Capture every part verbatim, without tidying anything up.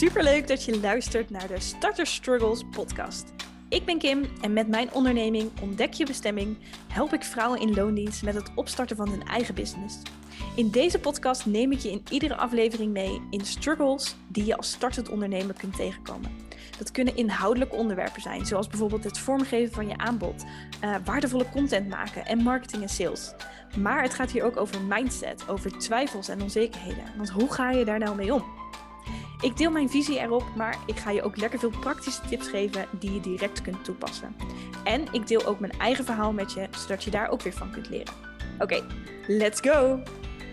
Superleuk dat je luistert naar de Starter Struggles podcast. Ik ben Kim en met mijn onderneming Ontdek je bestemming help ik vrouwen in loondienst met het opstarten van hun eigen business. In deze podcast neem ik je in iedere aflevering mee in struggles die je als startend ondernemer kunt tegenkomen. Dat kunnen inhoudelijke onderwerpen zijn, zoals bijvoorbeeld het vormgeven van je aanbod, uh, waardevolle content maken en marketing en sales. Maar het gaat hier ook over mindset, over twijfels en onzekerheden. Want hoe ga je daar nou mee om? Ik deel mijn visie erop, maar ik ga je ook lekker veel praktische tips geven die je direct kunt toepassen. En ik deel ook mijn eigen verhaal met je, zodat je daar ook weer van kunt leren. Oké, okay, let's go!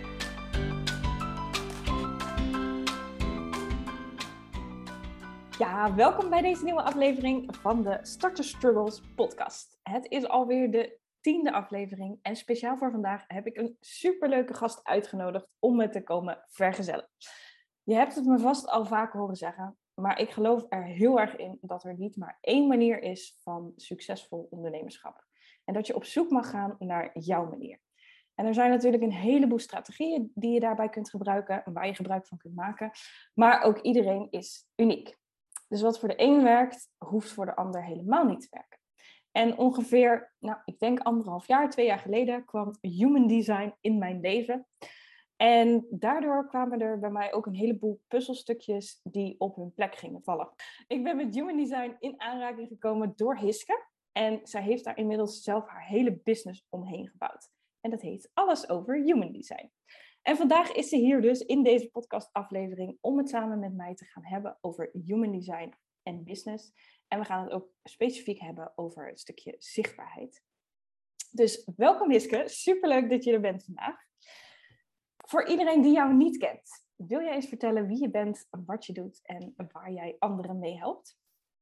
Ja, welkom bij deze nieuwe aflevering van de Starter Struggles podcast. Het is alweer de tiende aflevering en speciaal voor vandaag heb ik een superleuke gast uitgenodigd om me te komen vergezellen. Je hebt het me vast al vaak horen zeggen, maar ik geloof er heel erg in dat er niet maar één manier is van succesvol ondernemerschap. En dat je op zoek mag gaan naar jouw manier. En er zijn natuurlijk een heleboel strategieën die je daarbij kunt gebruiken en waar je gebruik van kunt maken. Maar ook iedereen is uniek. Dus wat voor de een werkt, hoeft voor de ander helemaal niet te werken. En ongeveer, nou, ik denk anderhalf jaar, twee jaar geleden, kwam Human Design in mijn leven. En daardoor kwamen er bij mij ook een heleboel puzzelstukjes die op hun plek gingen vallen. Ik ben met Human Design in aanraking gekomen door Hiske. En zij heeft daar inmiddels zelf haar hele business omheen gebouwd. En dat heet Alles over Human Design. En vandaag is ze hier dus in deze podcastaflevering om het samen met mij te gaan hebben over Human Design en business. En we gaan het ook specifiek hebben over het stukje zichtbaarheid. Dus welkom Hiske, superleuk dat je er bent vandaag. Voor iedereen die jou niet kent, wil jij eens vertellen wie je bent, wat je doet en waar jij anderen mee helpt?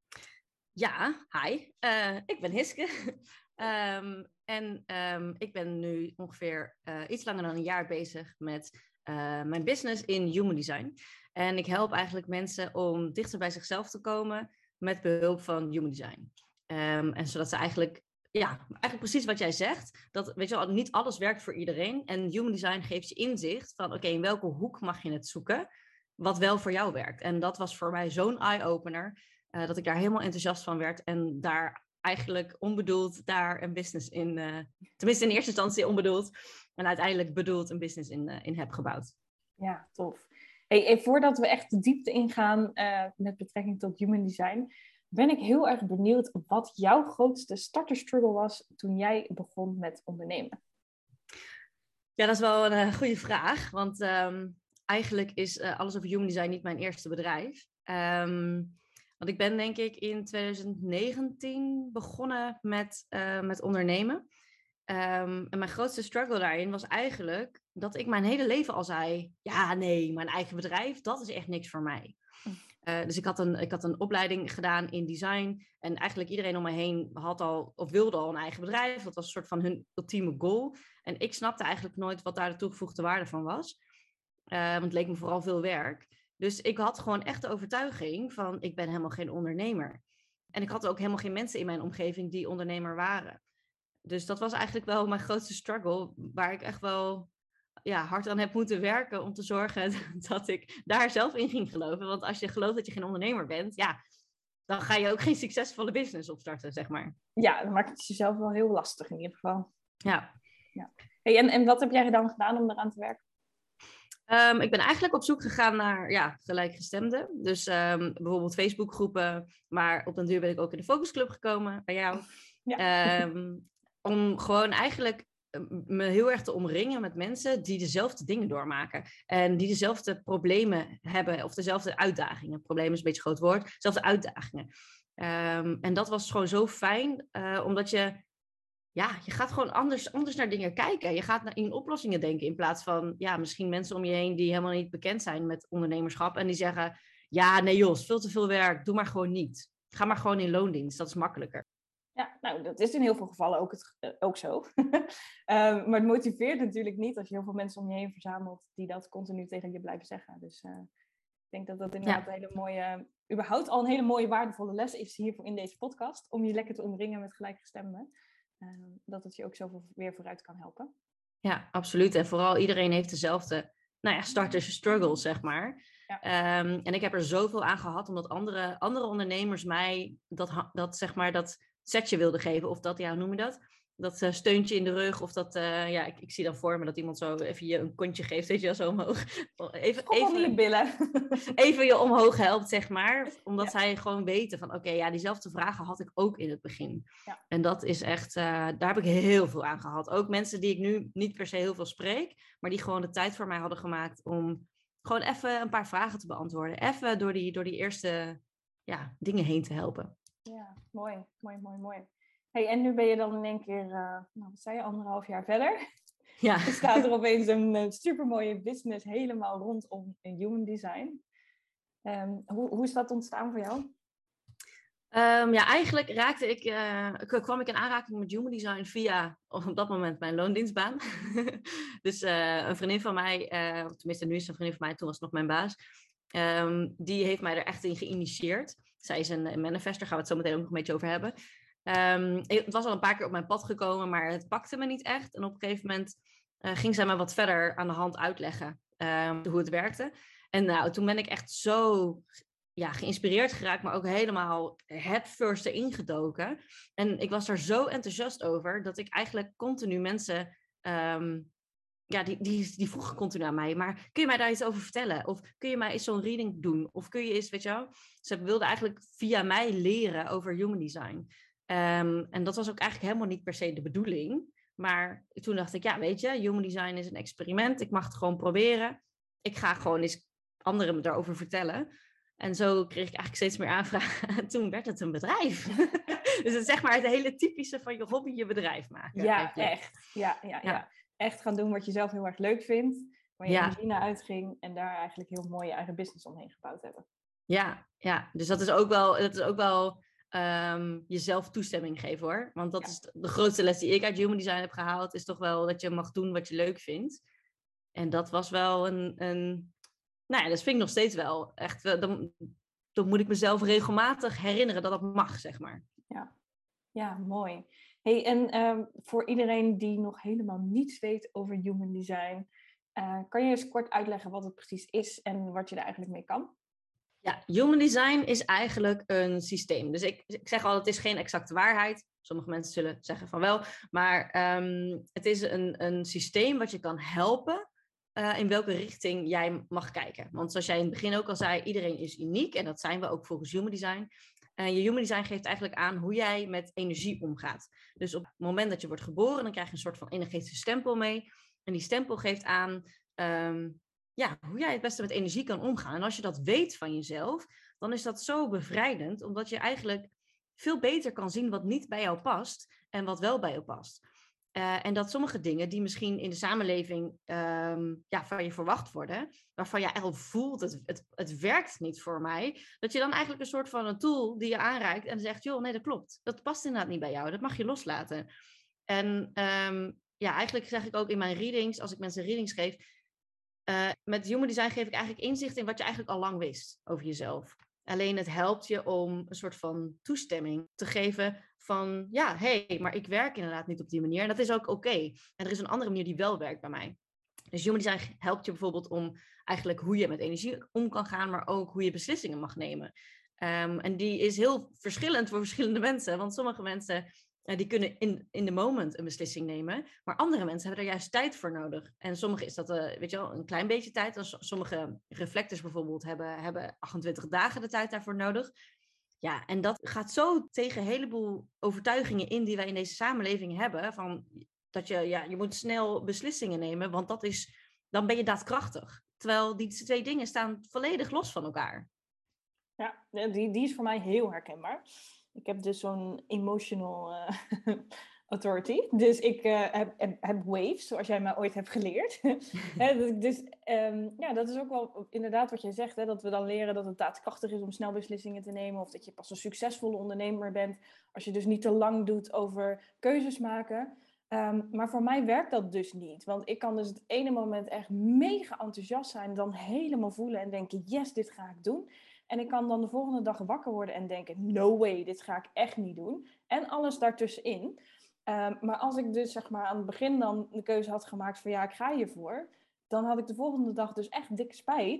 Ja, hi. Uh, ik ben Hiske. um, en um, ik ben nu ongeveer uh, iets langer dan een jaar bezig met uh, mijn business in Human Design. En ik help eigenlijk mensen om dichter bij zichzelf te komen met behulp van Human Design. Um, en zodat ze eigenlijk... Ja, eigenlijk precies wat jij zegt. Dat, weet je wel, niet alles werkt voor iedereen. En Human Design geeft je inzicht van, oké, okay, in welke hoek mag je het zoeken, wat wel voor jou werkt. En dat was voor mij zo'n eye-opener, uh, dat ik daar helemaal enthousiast van werd. En daar eigenlijk onbedoeld daar een business in, uh, tenminste in eerste instantie onbedoeld, en uiteindelijk bedoeld een business in, uh, in heb gebouwd. Ja, tof. Hey, en voordat we echt de diepte ingaan uh, met betrekking tot Human Design, ben ik heel erg benieuwd wat jouw grootste starterstruggle was toen jij begon met ondernemen. Ja, dat is wel een uh, goede vraag. Want um, eigenlijk is uh, Alles over Human Design niet mijn eerste bedrijf. Um, want ik ben denk ik in twintig negentien begonnen met, uh, met ondernemen. Um, en mijn grootste struggle daarin was eigenlijk dat ik mijn hele leven al zei, ja nee, mijn eigen bedrijf, dat is echt niks voor mij. Uh, dus ik had, een, ik had een opleiding gedaan in design. En eigenlijk iedereen om me heen had al, of wilde al een eigen bedrijf. Dat was een soort van hun ultieme goal. En ik snapte eigenlijk nooit wat daar de toegevoegde waarde van was. Uh, want het leek me vooral veel werk. Dus ik had gewoon echt de overtuiging van, ik ben helemaal geen ondernemer. En ik had ook helemaal geen mensen in mijn omgeving die ondernemer waren. Dus dat was eigenlijk wel mijn grootste struggle. Waar ik echt wel... ja, hard aan heb moeten werken om te zorgen dat ik daar zelf in ging geloven. Want als je gelooft dat je geen ondernemer bent, ja, dan ga je ook geen succesvolle business opstarten, zeg maar. Ja, dan maakt het jezelf wel heel lastig in ieder geval. Ja. ja. Hey, en, en wat heb jij dan gedaan om eraan te werken? Um, ik ben eigenlijk op zoek gegaan naar ja, gelijkgestemden. Dus um, bijvoorbeeld Facebookgroepen. Maar op den duur ben ik ook in de focusclub gekomen, bij jou. Ja. Um, om gewoon eigenlijk me heel erg te omringen met mensen die dezelfde dingen doormaken. En die dezelfde problemen hebben, of dezelfde uitdagingen. Probleem is een beetje een groot woord. Dezelfde uitdagingen. Um, en dat was gewoon zo fijn, uh, omdat je... ja, je gaat gewoon anders, anders naar dingen kijken. Je gaat naar, in oplossingen denken in plaats van... ja, misschien mensen om je heen die helemaal niet bekend zijn met ondernemerschap. En die zeggen, ja, nee joh, veel te veel werk, doe maar gewoon niet. Ga maar gewoon in loondienst, dat is makkelijker. Ja, nou, dat is in heel veel gevallen ook, het, uh, ook zo. um, maar het motiveert natuurlijk niet als je heel veel mensen om je heen verzamelt die dat continu tegen je blijven zeggen. Dus uh, ik denk dat dat inderdaad ja. een hele mooie, überhaupt al een hele mooie waardevolle les is hiervoor in deze podcast. Om je lekker te omringen met gelijkgestemden. Uh, dat het je ook zoveel weer vooruit kan helpen. Ja, absoluut. En vooral iedereen heeft dezelfde, nou ja, starters struggles, zeg maar. Ja. Um, en ik heb er zoveel aan gehad, omdat andere, andere ondernemers mij dat, dat, zeg maar, dat setje wilden geven. Of dat, ja, hoe noem je dat? Dat uh, steuntje in de rug. Of dat, uh, ja, ik, ik zie dan voor me dat iemand zo even je een kontje geeft, weet je wel, zo omhoog. Even, even je billen. Even je omhoog helpt, zeg maar. Omdat Ja. zij gewoon weten van, oké, okay, ja, diezelfde vragen had ik ook in het begin. Ja. En dat is echt, uh, daar heb ik heel veel aan gehad. Ook mensen die ik nu niet per se heel veel spreek, maar die gewoon de tijd voor mij hadden gemaakt om gewoon even een paar vragen te beantwoorden. Even door die, door die eerste ja, dingen heen te helpen. Ja, mooi, mooi, mooi, mooi. Hey, en nu ben je dan in één keer, uh, nou, wat zei je, anderhalf jaar verder. Ja. Er staat er opeens een uh, supermooie business helemaal rondom human design. Um, hoe, hoe is dat ontstaan voor jou? Um, ja, eigenlijk raakte ik, uh, kwam ik in aanraking met human design via op dat moment mijn loondienstbaan. Dus uh, een vriendin van mij, uh, tenminste nu is het een vriendin van mij, toen was het nog mijn baas, um, die heeft mij er echt in geïnitieerd. Zij is een, een manifester, daar gaan we het zo meteen ook nog een beetje over hebben. Um, het was al een paar keer op mijn pad gekomen, maar het pakte me niet echt. En op een gegeven moment uh, ging zij me wat verder aan de hand uitleggen um, hoe het werkte. En nou, toen ben ik echt zo ja, geïnspireerd geraakt, maar ook helemaal headfirst erin gedoken. En ik was daar zo enthousiast over, dat ik eigenlijk continu mensen... Um, ja, die, die, die vroegen continu aan mij, maar kun je mij daar iets over vertellen? Of kun je mij eens zo'n reading doen? Of kun je eens, weet je wel... Ze wilden eigenlijk via mij leren over human design. Um, en dat was ook eigenlijk helemaal niet per se de bedoeling. Maar toen dacht ik, ja, weet je, human design is een experiment. Ik mag het gewoon proberen. Ik ga gewoon eens anderen daarover vertellen. En zo kreeg ik eigenlijk steeds meer aanvragen. En toen werd het een bedrijf. Dus het is zeg maar het hele typische van je hobby je bedrijf maken. Ja, eigenlijk. echt. Ja, ja, ja, ja. ja. Echt gaan doen wat je zelf heel erg leuk vindt. Waar je Ja. energie naar uitging. En daar eigenlijk heel mooi je eigen business omheen gebouwd hebben. Ja, ja. Dus dat is ook wel, dat is ook wel um, jezelf toestemming geven hoor. Want dat ja. is de grootste les die ik uit human design heb gehaald. Is toch wel dat je mag doen wat je leuk vindt. En dat was wel een... een nou ja, dat vind ik nog steeds wel. Echt, dan, dan moet ik mezelf regelmatig herinneren dat dat mag, zeg maar. Ja, ja, mooi. Hey, en um, voor iedereen die nog helemaal niets weet over human design, uh, kan je eens kort uitleggen wat het precies is en wat je er eigenlijk mee kan? Ja, human design is eigenlijk een systeem. Dus ik, ik zeg al, het is geen exacte waarheid. Sommige mensen zullen zeggen van wel. Maar um, het is een, een systeem wat je kan helpen uh, in welke richting jij mag kijken. Want zoals jij in het begin ook al zei, iedereen is uniek. En dat zijn we ook volgens human design. Uh, je human design geeft eigenlijk aan hoe jij met energie omgaat. Dus op het moment dat je wordt geboren, dan krijg je een soort van energetische stempel mee. En die stempel geeft aan... Um, ja, hoe jij het beste met energie kan omgaan. En als je dat weet van jezelf, dan is dat zo bevrijdend, omdat je eigenlijk veel beter kan zien wat niet bij jou past en wat wel bij jou past. Uh, en dat sommige dingen die misschien in de samenleving um, ja, van je verwacht worden, waarvan je eigenlijk voelt, het, het, het werkt niet voor mij, dat je dan eigenlijk een soort van een tool die je aanreikt en zegt, joh, nee, dat klopt. Dat past inderdaad niet bij jou, dat mag je loslaten. En um, ja, eigenlijk zeg ik ook in mijn readings, als ik mensen readings geef, Uh, met human design geef ik eigenlijk inzicht in wat je eigenlijk al lang wist over jezelf. Alleen het helpt je om een soort van toestemming te geven van... ja, hé, hey, maar ik werk inderdaad niet op die manier. En dat is ook oké. Okay. En er is een andere manier die wel werkt bij mij. Dus human design helpt je bijvoorbeeld om eigenlijk hoe je met energie om kan gaan... maar ook hoe je beslissingen mag nemen. Um, en die is heel verschillend voor verschillende mensen. Want sommige mensen... Uh, die kunnen in, in de moment een beslissing nemen. Maar andere mensen hebben er juist tijd voor nodig. En sommige is dat, uh, weet je wel, een klein beetje tijd. Als sommige reflectors bijvoorbeeld hebben, hebben achtentwintig dagen de tijd daarvoor nodig. Ja, en dat gaat zo tegen een heleboel overtuigingen in die wij in deze samenleving hebben. Van dat je, ja, je moet snel beslissingen nemen, want dat is, dan ben je daadkrachtig. Terwijl die twee dingen staan volledig los van elkaar. Ja, die, die is voor mij heel herkenbaar. Ik heb dus zo'n emotional uh, authority. Dus ik uh, heb, heb, heb waves, zoals jij mij ooit hebt geleerd. He, dus um, ja, dat is ook wel inderdaad wat jij zegt. Hè, dat we dan leren dat het daadkrachtig is om snel beslissingen te nemen. Of dat je pas een succesvolle ondernemer bent. Als je dus niet te lang doet over keuzes maken. Um, maar voor mij werkt dat dus niet. Want ik kan dus het ene moment echt mega enthousiast zijn. Dan helemaal voelen en denken, yes, dit ga ik doen. En ik kan dan de volgende dag wakker worden en denken, no way, dit ga ik echt niet doen. En alles daartussenin. Um, maar als ik dus zeg maar aan het begin dan de keuze had gemaakt van ja, ik ga hiervoor. Dan had ik de volgende dag dus echt dikke spijt.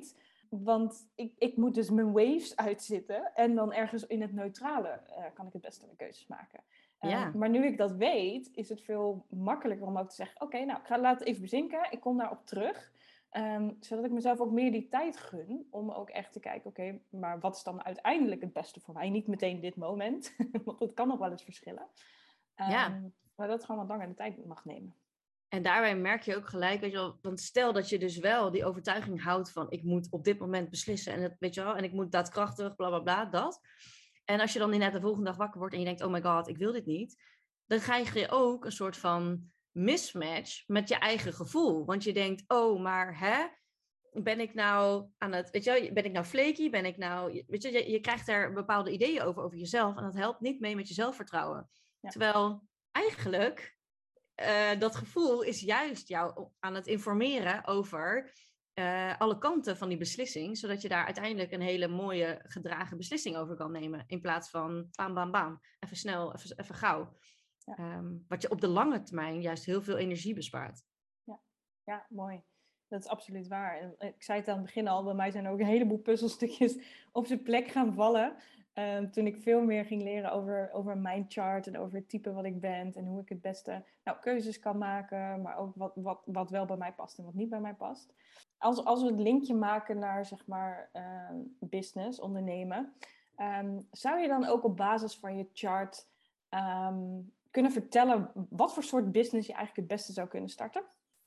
want ik, ik moet dus mijn waves uitzitten en dan ergens in het neutrale uh, kan ik het beste de keuzes maken. Um, Ja. Maar nu ik dat weet, is het veel makkelijker om ook te zeggen, oké, okay, nou, ik ga laten het even bezinken, ik kom daarop terug. Um, zodat ik mezelf ook meer die tijd gun om ook echt te kijken, oké, okay, maar wat is dan uiteindelijk het beste voor mij? Niet meteen dit moment, want het kan nog wel eens verschillen. Um, Ja. Maar dat het gewoon wat langer de tijd mag nemen. En daarbij merk je ook gelijk, weet je wel, want stel dat je dus wel die overtuiging houdt van ik moet op dit moment beslissen en het, weet je wel, en ik moet daadkrachtig, bla bla bla, dat. En als je dan inderdaad de volgende dag wakker wordt en je denkt, oh my god, ik wil dit niet, dan krijg je ook een soort van mismatch met je eigen gevoel. Want je denkt, oh, maar hè, ben ik nou aan het, weet je wel, ben ik nou flaky, ben ik nou, weet je, je, je krijgt er bepaalde ideeën over, over jezelf en dat helpt niet mee met je zelfvertrouwen. Ja. Terwijl eigenlijk... Uh, dat gevoel is juist jou aan het informeren over uh, alle kanten van die beslissing, zodat je daar uiteindelijk een hele mooie gedragen beslissing over kan nemen, in plaats van bam, bam, bam, even snel, even, even gauw. Ja. Um, wat je op de lange termijn juist heel veel energie bespaart. Ja, ja, mooi. Dat is absoluut waar. En ik zei het aan het begin al, bij mij zijn er ook een heleboel puzzelstukjes op zijn plek gaan vallen. Uh, toen ik veel meer ging leren over, over mijn chart en over het type wat ik ben en hoe ik het beste nou, keuzes kan maken, maar ook wat, wat, wat wel bij mij past en wat niet bij mij past. Als, als we het linkje maken naar zeg maar uh, business, ondernemen, um, zou je dan ook op basis van je chart um, kunnen vertellen wat voor soort business je eigenlijk het beste zou kunnen starten?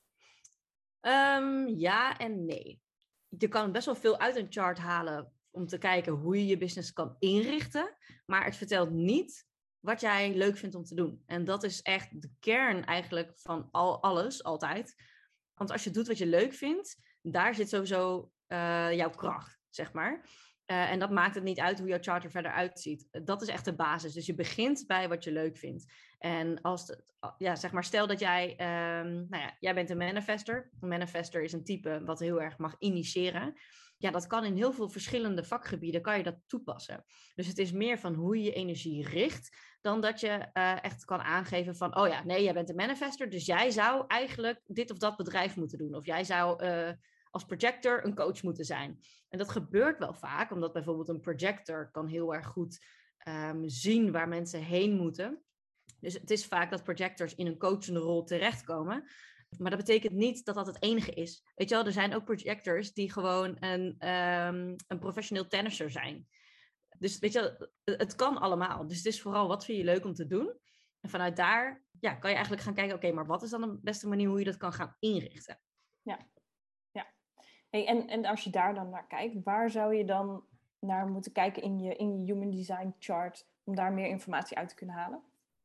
Um, ja en nee. Je kan best wel veel uit een chart halen om te kijken hoe je je business kan inrichten. Maar het vertelt niet wat jij leuk vindt om te doen. En dat is echt de kern eigenlijk van al, alles, altijd. Want als je doet wat je leuk vindt, daar zit sowieso uh, jouw kracht, zeg maar. Uh, en dat maakt het niet uit hoe jouw chart er verder uitziet. Dat is echt de basis. Dus je begint bij wat je leuk vindt. En als het, ja, zeg maar, stel dat jij, um, nou ja, jij bent een manifester. Een manifester is een type wat heel erg mag initiëren. Ja, dat kan in heel veel verschillende vakgebieden, kan je dat toepassen. Dus het is meer van hoe je je energie richt, dan dat je uh, echt kan aangeven van, oh ja, nee, jij bent een manifester, dus jij zou eigenlijk dit of dat bedrijf moeten doen. Of jij zou uh, als projector een coach moeten zijn. En dat gebeurt wel vaak, omdat bijvoorbeeld een projector kan heel erg goed um, zien waar mensen heen moeten. Dus het is vaak dat projectors in een coachende rol terechtkomen. Maar dat betekent niet dat dat het enige is. Weet je wel, er zijn ook projectors die gewoon een, um, een professioneel tennisser zijn. Dus weet je wel, het kan allemaal. Dus het is vooral wat vind je leuk om te doen. En vanuit daar ja, kan je eigenlijk gaan kijken, oké, okay, maar wat is dan de beste manier hoe je dat kan gaan inrichten? Ja, ja. Hey, en, en als je daar dan naar kijkt, waar zou je dan naar moeten kijken in je, in je Human Design chart om daar meer informatie uit te kunnen halen?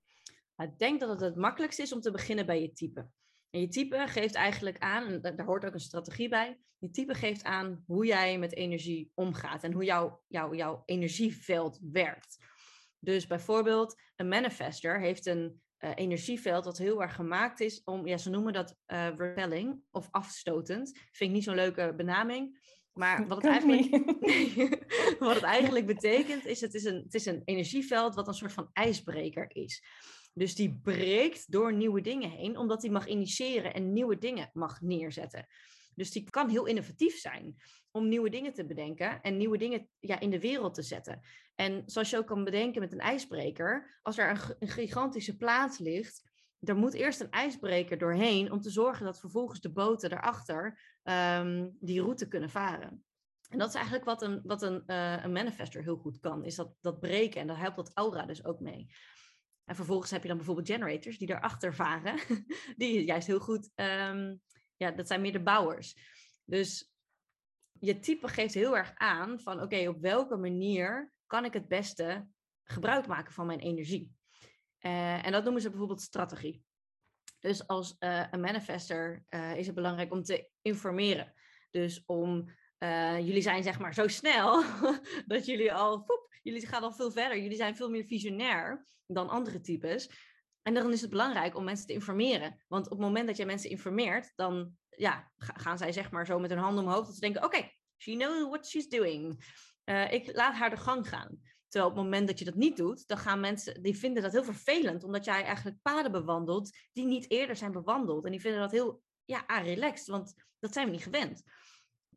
Ik denk dat het het makkelijkste is om te beginnen bij je type. En je type geeft eigenlijk aan, en daar hoort ook een strategie bij, je type geeft aan hoe jij met energie omgaat en hoe jouw, jouw, jouw energieveld werkt. Dus bijvoorbeeld een manifester heeft een uh, energieveld dat heel erg gemaakt is om, ja, ze noemen dat uh, repelling of afstotend. Vind ik niet zo'n leuke benaming. Maar wat het, eigenlijk, wat het eigenlijk betekent is, het is, een, het is een energieveld wat een soort van ijsbreker is. Dus die breekt door nieuwe dingen heen, omdat die mag initiëren en nieuwe dingen mag neerzetten. Dus die kan heel innovatief zijn om nieuwe dingen te bedenken en nieuwe dingen ja, in de wereld te zetten. En zoals je ook kan bedenken met een ijsbreker, als er een, een gigantische plaat ligt, er moet eerst een ijsbreker doorheen om te zorgen dat vervolgens de boten daarachter um, die route kunnen varen. En dat is eigenlijk wat een, wat een, uh, een manifester heel goed kan, is dat, dat breken. En daar helpt dat aura dus ook mee. En vervolgens heb je dan bijvoorbeeld generators die daarachter varen, die juist heel goed, um, ja, dat zijn meer de bouwers. Dus je type geeft heel erg aan van, oké, okay, op welke manier kan ik het beste gebruik maken van mijn energie? Uh, en dat noemen ze bijvoorbeeld strategie. Dus als uh, een manifester uh, is het belangrijk om te informeren. Dus om, uh, jullie zijn zeg maar zo snel, dat jullie al, poep, jullie gaan al veel verder. Jullie zijn veel meer visionair dan andere types. En dan is het belangrijk om mensen te informeren. Want op het moment dat je mensen informeert, dan ja, gaan zij zeg maar zo met hun handen omhoog, dat ze denken, oké, okay, she knows what she's doing. Uh, ik laat haar de gang gaan. Terwijl op het moment dat je dat niet doet, dan gaan mensen, die vinden dat heel vervelend, omdat jij eigenlijk paden bewandelt die niet eerder zijn bewandeld. En die vinden dat heel, ja, relaxed, want dat zijn we niet gewend.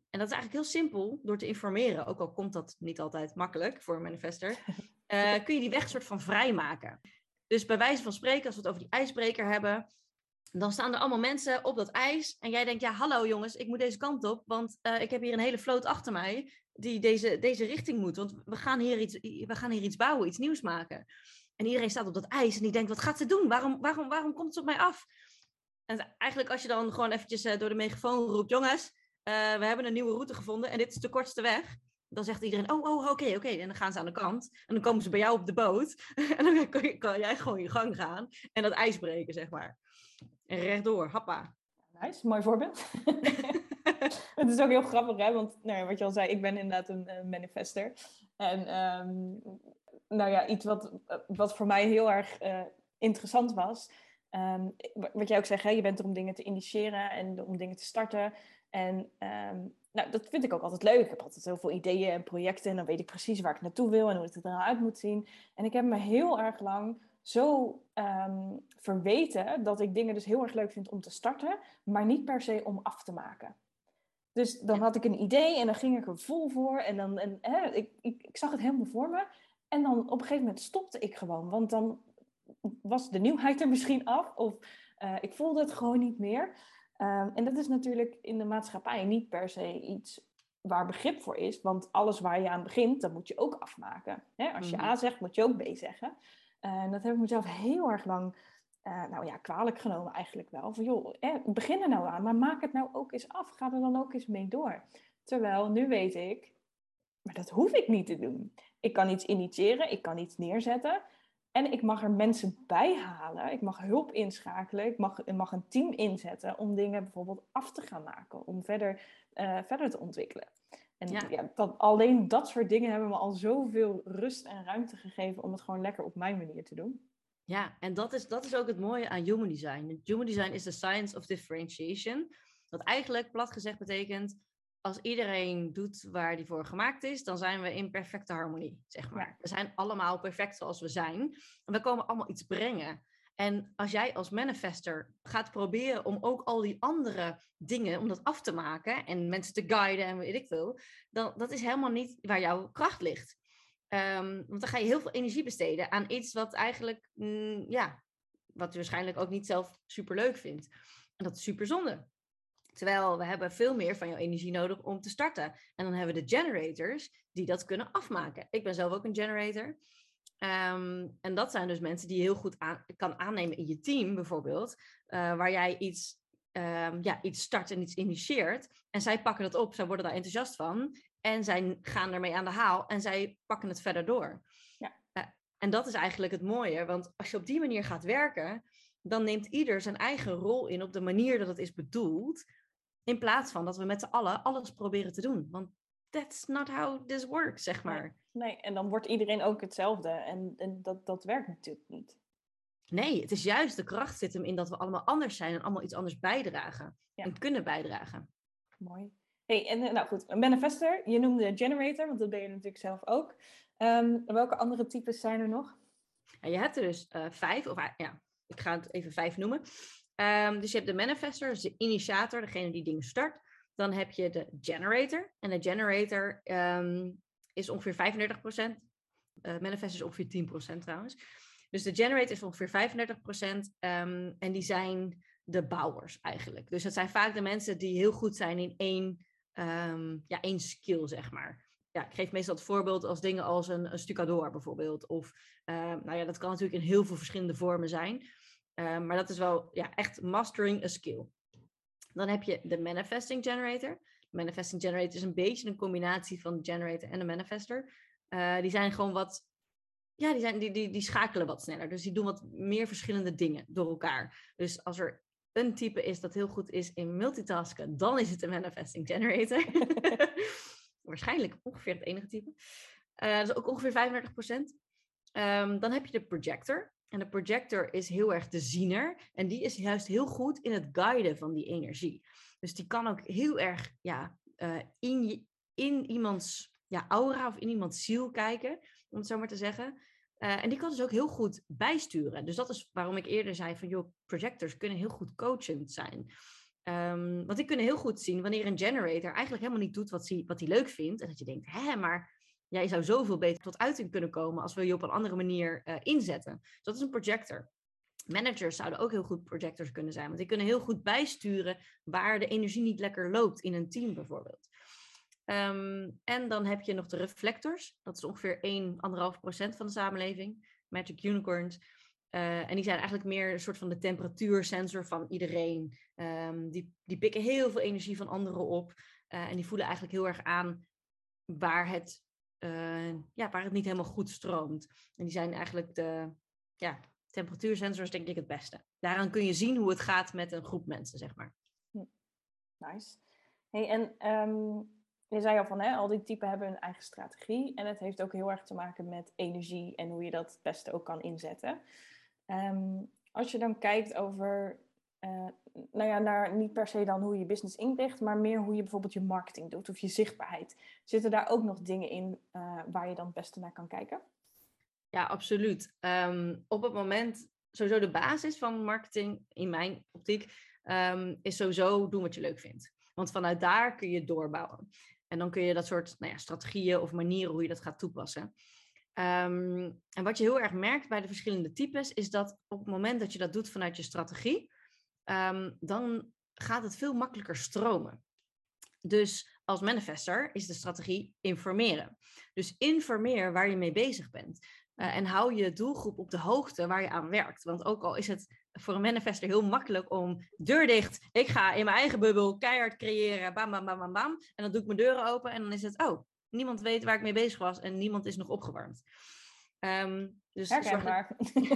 En dat is eigenlijk heel simpel, door te informeren, ook al komt dat niet altijd makkelijk voor een manifester, uh, kun je die weg soort van vrijmaken. Dus bij wijze van spreken, als we het over die ijsbreker hebben, dan staan er allemaal mensen op dat ijs. En jij denkt, ja, hallo jongens, ik moet deze kant op. Want uh, ik heb hier een hele vloot achter mij die deze, deze richting moet. Want we gaan, hier iets, we gaan hier iets bouwen, iets nieuws maken. En iedereen staat op dat ijs en die denkt, wat gaat ze doen? Waarom, waarom, waarom komt ze op mij af? En eigenlijk als je dan gewoon eventjes uh, door de megafoon roept, jongens, uh, we hebben een nieuwe route gevonden en dit is de kortste weg. Dan zegt iedereen, oh, oh, oké, okay, oké. Okay. En dan gaan ze aan de kant. En dan komen ze bij jou op de boot. En dan kan, je, kan jij gewoon je gang gaan. En dat ijs breken, zeg maar. En rechtdoor, happa. Nice, mooi voorbeeld. Het is ook heel grappig, hè? Want nou ja, wat je al zei, ik ben inderdaad een, een manifester. En um, nou ja, iets wat, wat voor mij heel erg uh, interessant was. Um, wat jij ook zegt, hè? Je bent er om dingen te initiëren en om dingen te starten. En um, nou, dat vind ik ook altijd leuk. Ik heb altijd heel veel ideeën en projecten. En dan weet ik precies waar ik naartoe wil en hoe het er nou uit moet zien. En ik heb me heel erg lang zo um, verweten dat ik dingen dus heel erg leuk vind om te starten, maar niet per se om af te maken. Dus dan had ik een idee en dan ging ik er vol voor en dan en, hè, ik, ik, ik zag het helemaal voor me. En dan op een gegeven moment stopte ik gewoon, want dan was de nieuwheid er misschien af of uh, ik voelde het gewoon niet meer. Um, en dat is natuurlijk in de maatschappij niet per se iets waar begrip voor is, want alles waar je aan begint, dat moet je ook afmaken. Hè? Als je A zegt, moet je ook B zeggen. En uh, dat heb ik mezelf heel erg lang, uh, nou ja, kwalijk genomen eigenlijk wel. Van joh, eh, begin er nou aan, maar maak het nou ook eens af. Ga er dan ook eens mee door. Terwijl, nu weet ik, maar dat hoef ik niet te doen. Ik kan iets initiëren, ik kan iets neerzetten. En ik mag er mensen bij halen. Ik mag hulp inschakelen. Ik mag, ik mag een team inzetten om dingen bijvoorbeeld af te gaan maken. Om verder, uh, verder te ontwikkelen. En ja. Ja, dat, alleen dat soort dingen hebben me al zoveel rust en ruimte gegeven om het gewoon lekker op mijn manier te doen. Ja, en dat is, dat is ook het mooie aan human design. Human design is the science of differentiation. Wat eigenlijk plat gezegd betekent, als iedereen doet waar die voor gemaakt is, dan zijn we in perfecte harmonie, zeg maar. Ja. We zijn allemaal perfect zoals we zijn. En we komen allemaal iets brengen. En als jij als manifester gaat proberen om ook al die andere dingen, om dat af te maken en mensen te guiden en weet ik veel, dan dat is helemaal niet waar jouw kracht ligt. Um, want dan ga je heel veel energie besteden aan iets wat eigenlijk, mm, ja, wat je waarschijnlijk ook niet zelf superleuk vindt. En dat is super zonde. Terwijl we hebben veel meer van jouw energie nodig om te starten. En dan hebben we de generators die dat kunnen afmaken. Ik ben zelf ook een generator. Um, en dat zijn dus mensen die je heel goed aan, kan aannemen in je team bijvoorbeeld. Uh, waar jij iets, um, ja, iets start en iets initieert. En zij pakken dat op, zij worden daar enthousiast van. En zij gaan ermee aan de haal en zij pakken het verder door. Ja. Uh, en dat is eigenlijk het mooie. Want als je op die manier gaat werken, dan neemt ieder zijn eigen rol in op de manier dat het is bedoeld. In plaats van dat we met z'n allen alles proberen te doen. Want that's not how this works, zeg maar. Nee, nee. En dan wordt iedereen ook hetzelfde. En, en dat, dat werkt natuurlijk niet. Nee, het is juist de kracht zit hem in dat we allemaal anders zijn en allemaal iets anders bijdragen. Ja. En kunnen bijdragen. Mooi. Hey, en nou goed, een manifester. Je noemde generator, want dat ben je natuurlijk zelf ook. Um, welke andere types zijn er nog? Ja, je hebt er dus uh, vijf, of uh, ja, ik ga het even vijf noemen. Um, dus je hebt de manifester, dus de initiator, degene die dingen start. Dan heb je de generator. En de generator um, is ongeveer vijfendertig procent. Uh, manifester is ongeveer tien procent trouwens. Dus de generator is ongeveer vijfendertig procent. Um, en die zijn de bouwers eigenlijk. Dus dat zijn vaak de mensen die heel goed zijn in één, um, ja, één skill, zeg maar. Ja, ik geef meestal het voorbeeld als dingen als een, een stucador bijvoorbeeld. Of, uh, nou ja, dat kan natuurlijk in heel veel verschillende vormen zijn. Uh, maar dat is wel ja, echt mastering a skill. Dan heb je de manifesting generator. De manifesting generator is een beetje een combinatie van de generator en de manifester. Uh, die zijn gewoon wat, ja, die, zijn, die, die, die schakelen wat sneller. Dus die doen wat meer verschillende dingen door elkaar. Dus als er een type is dat heel goed is in multitasken, dan is het een manifesting generator. Waarschijnlijk ongeveer het enige type. Uh, dat is ook ongeveer vijfendertig procent. Um, dan heb je de projector. En de projector is heel erg de ziener. En die is juist heel goed in het guiden van die energie. Dus die kan ook heel erg ja, uh, in, in iemands ja, aura of in iemands ziel kijken. Om het zo maar te zeggen. Uh, en die kan dus ook heel goed bijsturen. Dus dat is waarom ik eerder zei van joh, projectors kunnen heel goed coachend zijn. Um, want die kunnen heel goed zien wanneer een generator eigenlijk helemaal niet doet wat hij wat hij leuk vindt. En dat je denkt, hè, maar jij zou zoveel beter tot uiting kunnen komen als we je op een andere manier uh, inzetten. Dus dat is een projector. Managers zouden ook heel goed projectors kunnen zijn, want die kunnen heel goed bijsturen waar de energie niet lekker loopt in een team bijvoorbeeld. Um, en dan heb je nog de reflectors. Dat is ongeveer één tot anderhalf procent van de samenleving. Magic unicorns. Uh, en die zijn eigenlijk meer een soort van de temperatuursensor van iedereen. Um, die, die pikken heel veel energie van anderen op. Uh, en die voelen eigenlijk heel erg aan waar het, uh, ja, waar het niet helemaal goed stroomt. En die zijn eigenlijk de ja, temperatuursensors denk ik het beste. Daaraan kun je zien hoe het gaat met een groep mensen, zeg maar. Nice. Hey, en um, je zei al van, hè, al die typen hebben een eigen strategie. En het heeft ook heel erg te maken met energie en hoe je dat het beste ook kan inzetten. Um, als je dan kijkt over, uh, nou ja, naar niet per se dan hoe je je business inricht, maar meer hoe je bijvoorbeeld je marketing doet of je zichtbaarheid. Zitten daar ook nog dingen in uh, waar je dan het beste naar kan kijken? Ja, absoluut. Um, op het moment, sowieso de basis van marketing, in mijn optiek, um, is sowieso doen wat je leuk vindt. Want vanuit daar kun je doorbouwen. En dan kun je dat soort nou ja, strategieën of manieren hoe je dat gaat toepassen. Um, en wat je heel erg merkt bij de verschillende types, is dat op het moment dat je dat doet vanuit je strategie, um, dan gaat het veel makkelijker stromen. Dus als manifester is de strategie informeren. Dus informeer waar je mee bezig bent. Uh, en hou je doelgroep op de hoogte waar je aan werkt. Want ook al is het voor een manifester heel makkelijk om deur dicht. Ik ga in mijn eigen bubbel keihard creëren. Bam, bam, bam, bam, bam. En dan doe ik mijn deuren open. En dan is het, oh, niemand weet waar ik mee bezig was. En niemand is nog opgewarmd. Um, dus, zorg dat,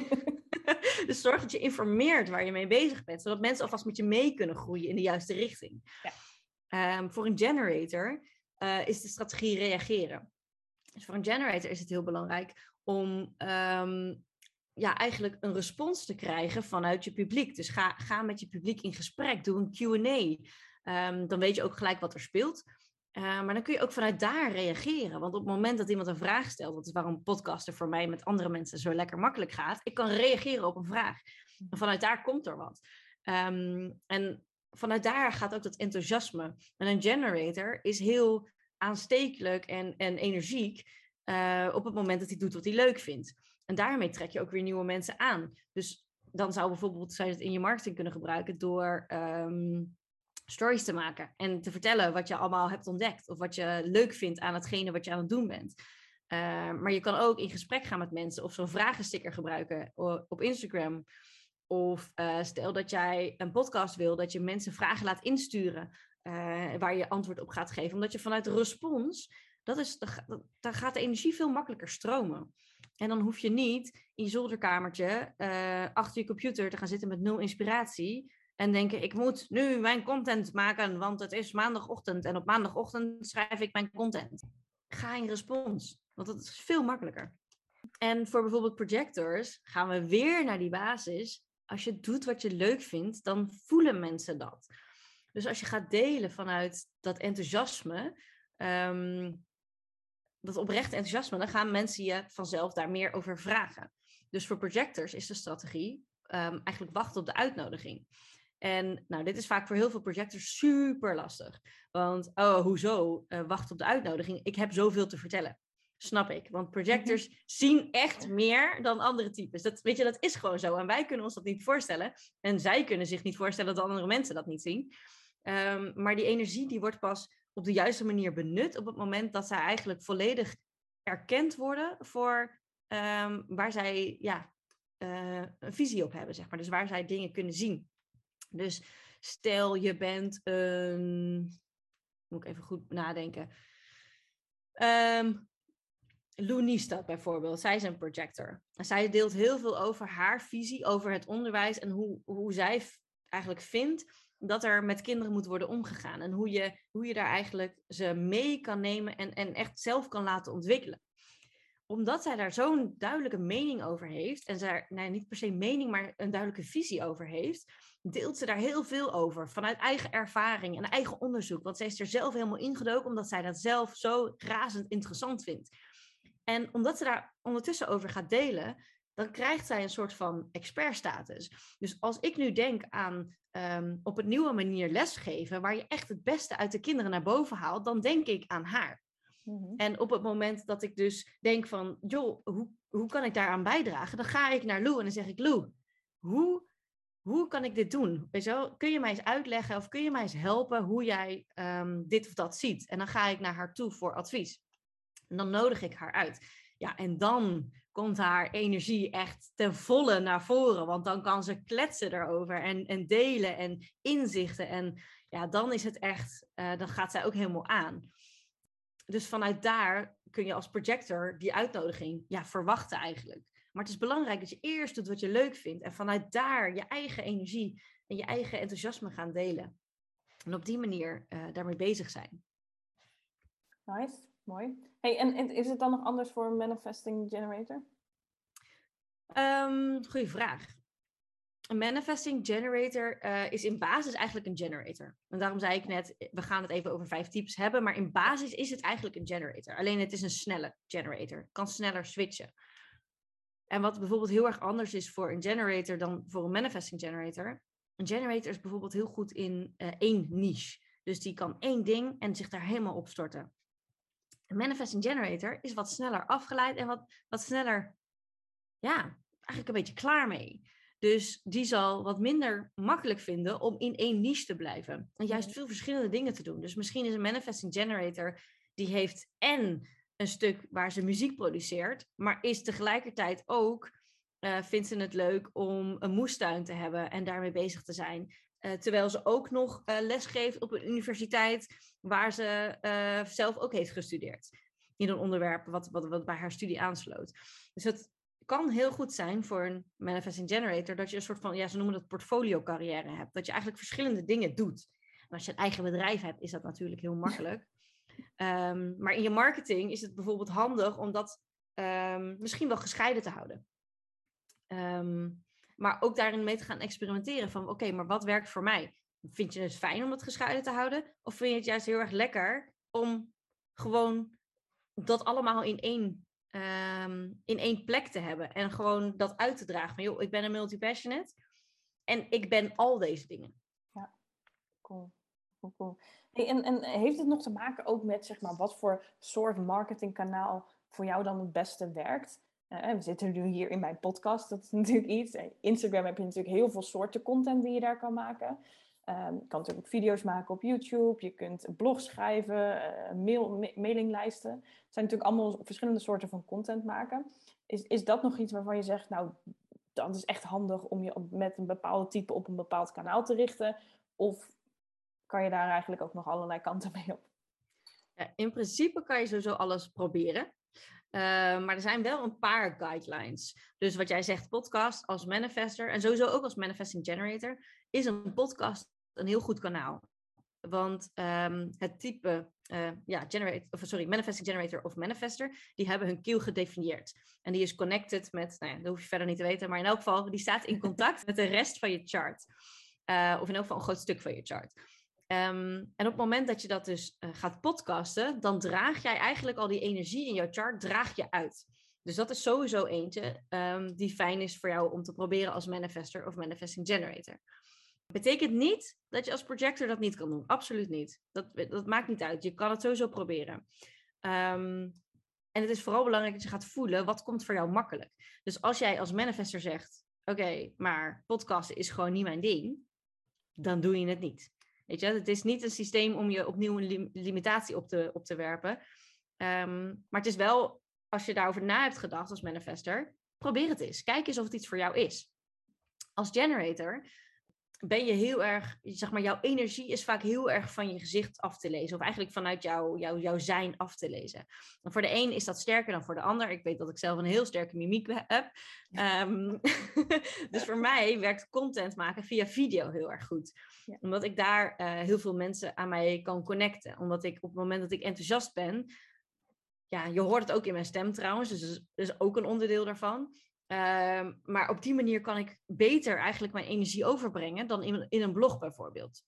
dus zorg dat je informeert waar je mee bezig bent. Zodat mensen alvast met je mee kunnen groeien in de juiste richting. Ja. Um, voor een generator uh, is de strategie reageren. Dus voor een generator is het heel belangrijk om um, ja, eigenlijk een respons te krijgen vanuit je publiek. Dus ga, ga met je publiek in gesprek, doe een Q en A. Um, dan weet je ook gelijk wat er speelt. Uh, maar dan kun je ook vanuit daar reageren. Want op het moment dat iemand een vraag stelt, dat is waarom podcasten voor mij met andere mensen zo lekker makkelijk gaat, ik kan reageren op een vraag. En vanuit daar komt er wat. Um, en vanuit daar gaat ook dat enthousiasme. En een generator is heel aanstekelijk en, en energiek uh, op het moment dat hij doet wat hij leuk vindt. En daarmee trek je ook weer nieuwe mensen aan. Dus dan zou bijvoorbeeld, zou je het in je marketing kunnen gebruiken door um, stories te maken en te vertellen wat je allemaal hebt ontdekt of wat je leuk vindt aan hetgene wat je aan het doen bent. Uh, maar je kan ook in gesprek gaan met mensen of zo'n vragensticker gebruiken op Instagram. Of uh, stel dat jij een podcast wil, dat je mensen vragen laat insturen uh, waar je antwoord op gaat geven. Omdat je vanuit de respons, dat is, dan gaat de energie veel makkelijker stromen. En dan hoef je niet in je zolderkamertje uh, achter je computer te gaan zitten met nul inspiratie. En denken, ik moet nu mijn content maken, want het is maandagochtend. En op maandagochtend schrijf ik mijn content. Ga in respons, want dat is veel makkelijker. En voor bijvoorbeeld projectors gaan we weer naar die basis. Als je doet wat je leuk vindt, dan voelen mensen dat. Dus als je gaat delen vanuit dat enthousiasme, um, dat oprechte enthousiasme, dan gaan mensen je vanzelf daar meer over vragen. Dus voor projectors is de strategie um, eigenlijk wachten op de uitnodiging. En nou, dit is vaak voor heel veel projectors super lastig. Want, oh, hoezo? Uh, wachten op de uitnodiging. Ik heb zoveel te vertellen. Snap ik. Want projectors mm-hmm. zien echt meer dan andere types. Dat, weet je, dat is gewoon zo. En wij kunnen ons dat niet voorstellen. En zij kunnen zich niet voorstellen dat andere mensen dat niet zien. Um, maar die energie die wordt pas op de juiste manier benut op het moment dat zij eigenlijk volledig erkend worden voor um, waar zij ja, uh, een visie op hebben, zeg maar. Dus waar zij dingen kunnen zien. Dus stel je bent een... Moet ik even goed nadenken. Um, Loenista bijvoorbeeld, zij is een projector. En zij deelt heel veel over haar visie over het onderwijs en hoe, hoe zij f- eigenlijk vindt dat er met kinderen moet worden omgegaan. En hoe je, hoe je daar eigenlijk ze mee kan nemen en, en echt zelf kan laten ontwikkelen. Omdat zij daar zo'n duidelijke mening over heeft, en zij, nou, niet per se mening, maar een duidelijke visie over heeft, deelt ze daar heel veel over, vanuit eigen ervaring en eigen onderzoek. Want zij is er zelf helemaal ingedoken, omdat zij dat zelf zo razend interessant vindt. En omdat ze daar ondertussen over gaat delen, dan krijgt zij een soort van expertstatus. Dus als ik nu denk aan um, op een nieuwe manier lesgeven, waar je echt het beste uit de kinderen naar boven haalt, dan denk ik aan haar. Mm-hmm. En op het moment dat ik dus denk van, joh, hoe, hoe kan ik daaraan bijdragen? Dan ga ik naar Lou en dan zeg ik, Lou, hoe, hoe kan ik dit doen? Weet je wel? Kun je mij eens uitleggen of kun je mij eens helpen hoe jij um, dit of dat ziet? En dan ga ik naar haar toe voor advies. En dan nodig ik haar uit. Ja, en dan komt haar energie echt ten volle naar voren. Want dan kan ze kletsen erover en, en delen en inzichten. En ja, dan is het echt, uh, dan gaat zij ook helemaal aan. Dus vanuit daar kun je als projector die uitnodiging ja, verwachten eigenlijk. Maar het is belangrijk dat je eerst doet wat je leuk vindt. En vanuit daar je eigen energie en je eigen enthousiasme gaan delen. En op die manier uh, daarmee bezig zijn. Nice, mooi. Hey, en, en is het dan nog anders voor een manifesting generator? Um, goeie vraag. Een manifesting generator uh, is in basis eigenlijk een generator. En daarom zei ik net, we gaan het even over vijf types hebben. Maar in basis is het eigenlijk een generator. Alleen het is een snelle generator. Kan sneller switchen. En wat bijvoorbeeld heel erg anders is voor een generator dan voor een manifesting generator. Een generator is bijvoorbeeld heel goed in uh, één niche. Dus die kan één ding en zich daar helemaal op storten. Een manifesting generator is wat sneller afgeleid en wat, wat sneller, ja, eigenlijk een beetje klaar mee. Dus die zal wat minder makkelijk vinden om in één niche te blijven. En juist veel verschillende dingen te doen. Dus misschien is een manifesting generator, die heeft en een stuk waar ze muziek produceert, maar is tegelijkertijd ook, uh, vindt ze het leuk om een moestuin te hebben en daarmee bezig te zijn. Uh, terwijl ze ook nog uh, lesgeeft op een universiteit waar ze uh, zelf ook heeft gestudeerd. In een onderwerp wat, wat, wat bij haar studie aansloot. Dus het kan heel goed zijn voor een manifesting generator dat je een soort van, ja, ze noemen dat portfolio carrière hebt. Dat je eigenlijk verschillende dingen doet. En als je een eigen bedrijf hebt, is dat natuurlijk heel makkelijk. Um, maar in je marketing is het bijvoorbeeld handig om dat um, misschien wel gescheiden te houden. Um, maar ook daarin mee te gaan experimenteren van, oké, okay, maar wat werkt voor mij? Vind je het fijn om het gescheiden te houden? Of vind je het juist heel erg lekker om gewoon dat allemaal in één, um, in één plek te hebben en gewoon dat uit te dragen van, joh, ik ben een multi-passionate en ik ben al deze dingen. Ja, cool. cool, cool. Hey, en, en heeft het nog te maken ook met, zeg maar, wat voor soort marketingkanaal voor jou dan het beste werkt? Uh, we zitten nu hier in mijn podcast, dat is natuurlijk iets. Instagram heb je natuurlijk heel veel soorten content die je daar kan maken. Um, je kan natuurlijk video's maken op YouTube, je kunt een blog schrijven, uh, mail, ma- mailinglijsten. Het zijn natuurlijk allemaal verschillende soorten van content maken. Is, is dat nog iets waarvan je zegt, nou, dat is echt handig om je met een bepaald type op een bepaald kanaal te richten? Of kan je daar eigenlijk ook nog allerlei kanten mee op? Ja, in principe kan je sowieso alles proberen. Uh, maar er zijn wel een paar guidelines. Dus wat jij zegt, podcast als manifester en sowieso ook als manifesting generator, is een podcast een heel goed kanaal. Want um, het type uh, ja, generate, of, sorry, manifesting generator of manifester, die hebben hun kiel gedefinieerd. En die is connected met, nou ja, dat hoef je verder niet te weten, maar in elk geval, die staat in contact met de rest van je chart. Uh, of in elk geval een groot stuk van je chart. Um, en op het moment dat je dat dus uh, gaat podcasten, dan draag jij eigenlijk al die energie in jouw chart, draag je uit. Dus dat is sowieso eentje um, die fijn is voor jou om te proberen als manifester of manifesting generator. Betekent niet dat je als projector dat niet kan doen. Absoluut niet. Dat, dat maakt niet uit. Je kan het sowieso proberen. Um, en het is vooral belangrijk dat je gaat voelen, wat komt voor jou makkelijk. Dus als jij als manifester zegt, oké, okay, maar podcasten is gewoon niet mijn ding, dan doe je het niet. Weet je, het is niet een systeem om je opnieuw een lim- limitatie op te, op te werpen. Um, maar het is wel, als je daarover na hebt gedacht als manifester, probeer het eens. Kijk eens of het iets voor jou is. Als generator ben je heel erg, zeg maar, jouw energie is vaak heel erg van je gezicht af te lezen. Of eigenlijk vanuit jou, jou, jouw zijn af te lezen. En voor de een is dat sterker dan voor de ander. Ik weet dat ik zelf een heel sterke mimiek heb. Um, dus voor mij werkt content maken via video heel erg goed. Ja. Omdat ik daar uh, heel veel mensen aan mij kan connecten. Omdat ik op het moment dat ik enthousiast ben, ja, je hoort het ook in mijn stem trouwens. Dus dat is, dat is ook een onderdeel daarvan. Um, maar op die manier kan ik beter eigenlijk mijn energie overbrengen dan in, in een blog bijvoorbeeld.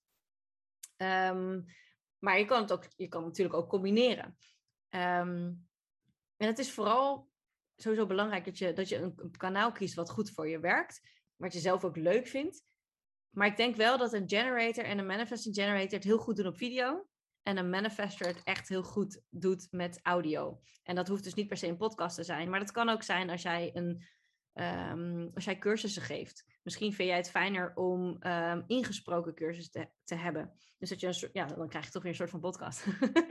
Um, maar je kan het ook, je kan het natuurlijk ook combineren. Um, en het is vooral sowieso belangrijk dat je, dat je een, een kanaal kiest wat goed voor je werkt. Wat je zelf ook leuk vindt. Maar ik denk wel dat een generator en een manifesting generator het heel goed doen op video. En een manifester het echt heel goed doet met audio. En dat hoeft dus niet per se een podcast te zijn. Maar dat kan ook zijn als jij, een, um, als jij cursussen geeft. Misschien vind jij het fijner om um, ingesproken cursussen te, te hebben. Dus dat je een soort, ja, dan krijg je toch weer een soort van podcast.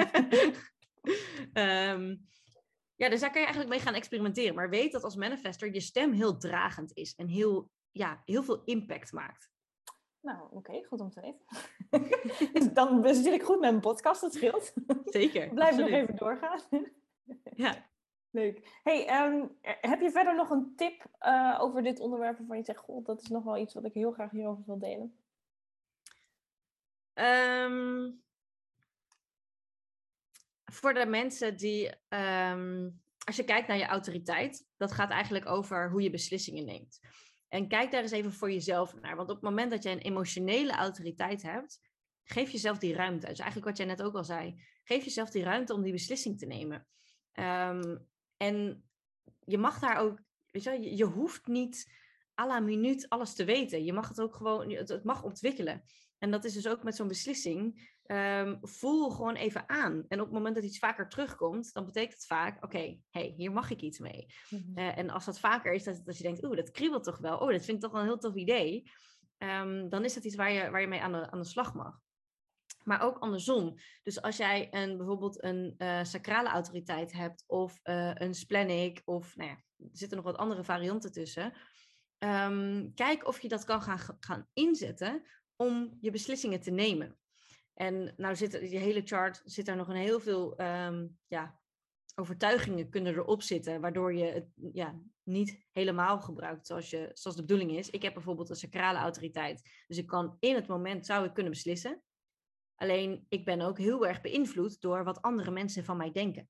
um, ja, dus daar kan je eigenlijk mee gaan experimenteren. Maar weet dat als manifester je stem heel dragend is. En heel, ja, heel veel impact maakt. Nou, oké, okay, goed om te weten. Dus dan zit ik goed met mijn podcast, dat scheelt. Zeker. Blijf nog even doorgaan. Ja. Leuk. Hey, um, heb je verder nog een tip uh, over dit onderwerp waarvan je zegt, goh, dat is nog wel iets wat ik heel graag hierover wil delen? Um, voor de mensen die, um, als je kijkt naar je autoriteit, dat gaat eigenlijk over hoe je beslissingen neemt. En kijk daar eens even voor jezelf naar. Want op het moment dat jij een emotionele autoriteit hebt, geef jezelf die ruimte. Dus eigenlijk wat jij net ook al zei. Geef jezelf die ruimte om die beslissing te nemen. Um, en je mag daar ook, weet je wel, je, je hoeft niet à la minuut alles te weten. Je mag het ook gewoon, het, het mag ontwikkelen. En dat is dus ook met zo'n beslissing. Um, voel gewoon even aan. En op het moment dat iets vaker terugkomt, dan betekent het vaak, oké, okay, hey, hier mag ik iets mee. Mm-hmm. Uh, en als dat vaker is, dat, dat je denkt, oeh, dat kriebelt toch wel. Oh, dat vind ik toch wel een heel tof idee. Um, dan is dat iets waar je, waar je mee aan de, aan de slag mag. Maar ook andersom. Dus als jij een, bijvoorbeeld een uh, sacrale autoriteit hebt, of uh, een splenic, of nou ja, er zitten nog wat andere varianten tussen. Um, kijk of je dat kan gaan, gaan inzetten om je beslissingen te nemen. En nou zit die hele chart, zit daar nog een heel veel um, ja, overtuigingen kunnen erop zitten, waardoor je het ja, niet helemaal gebruikt zoals, je, zoals de bedoeling is. Ik heb bijvoorbeeld een sacrale autoriteit, dus ik kan in het moment, zou ik kunnen beslissen. Alleen, ik ben ook heel erg beïnvloed door wat andere mensen van mij denken.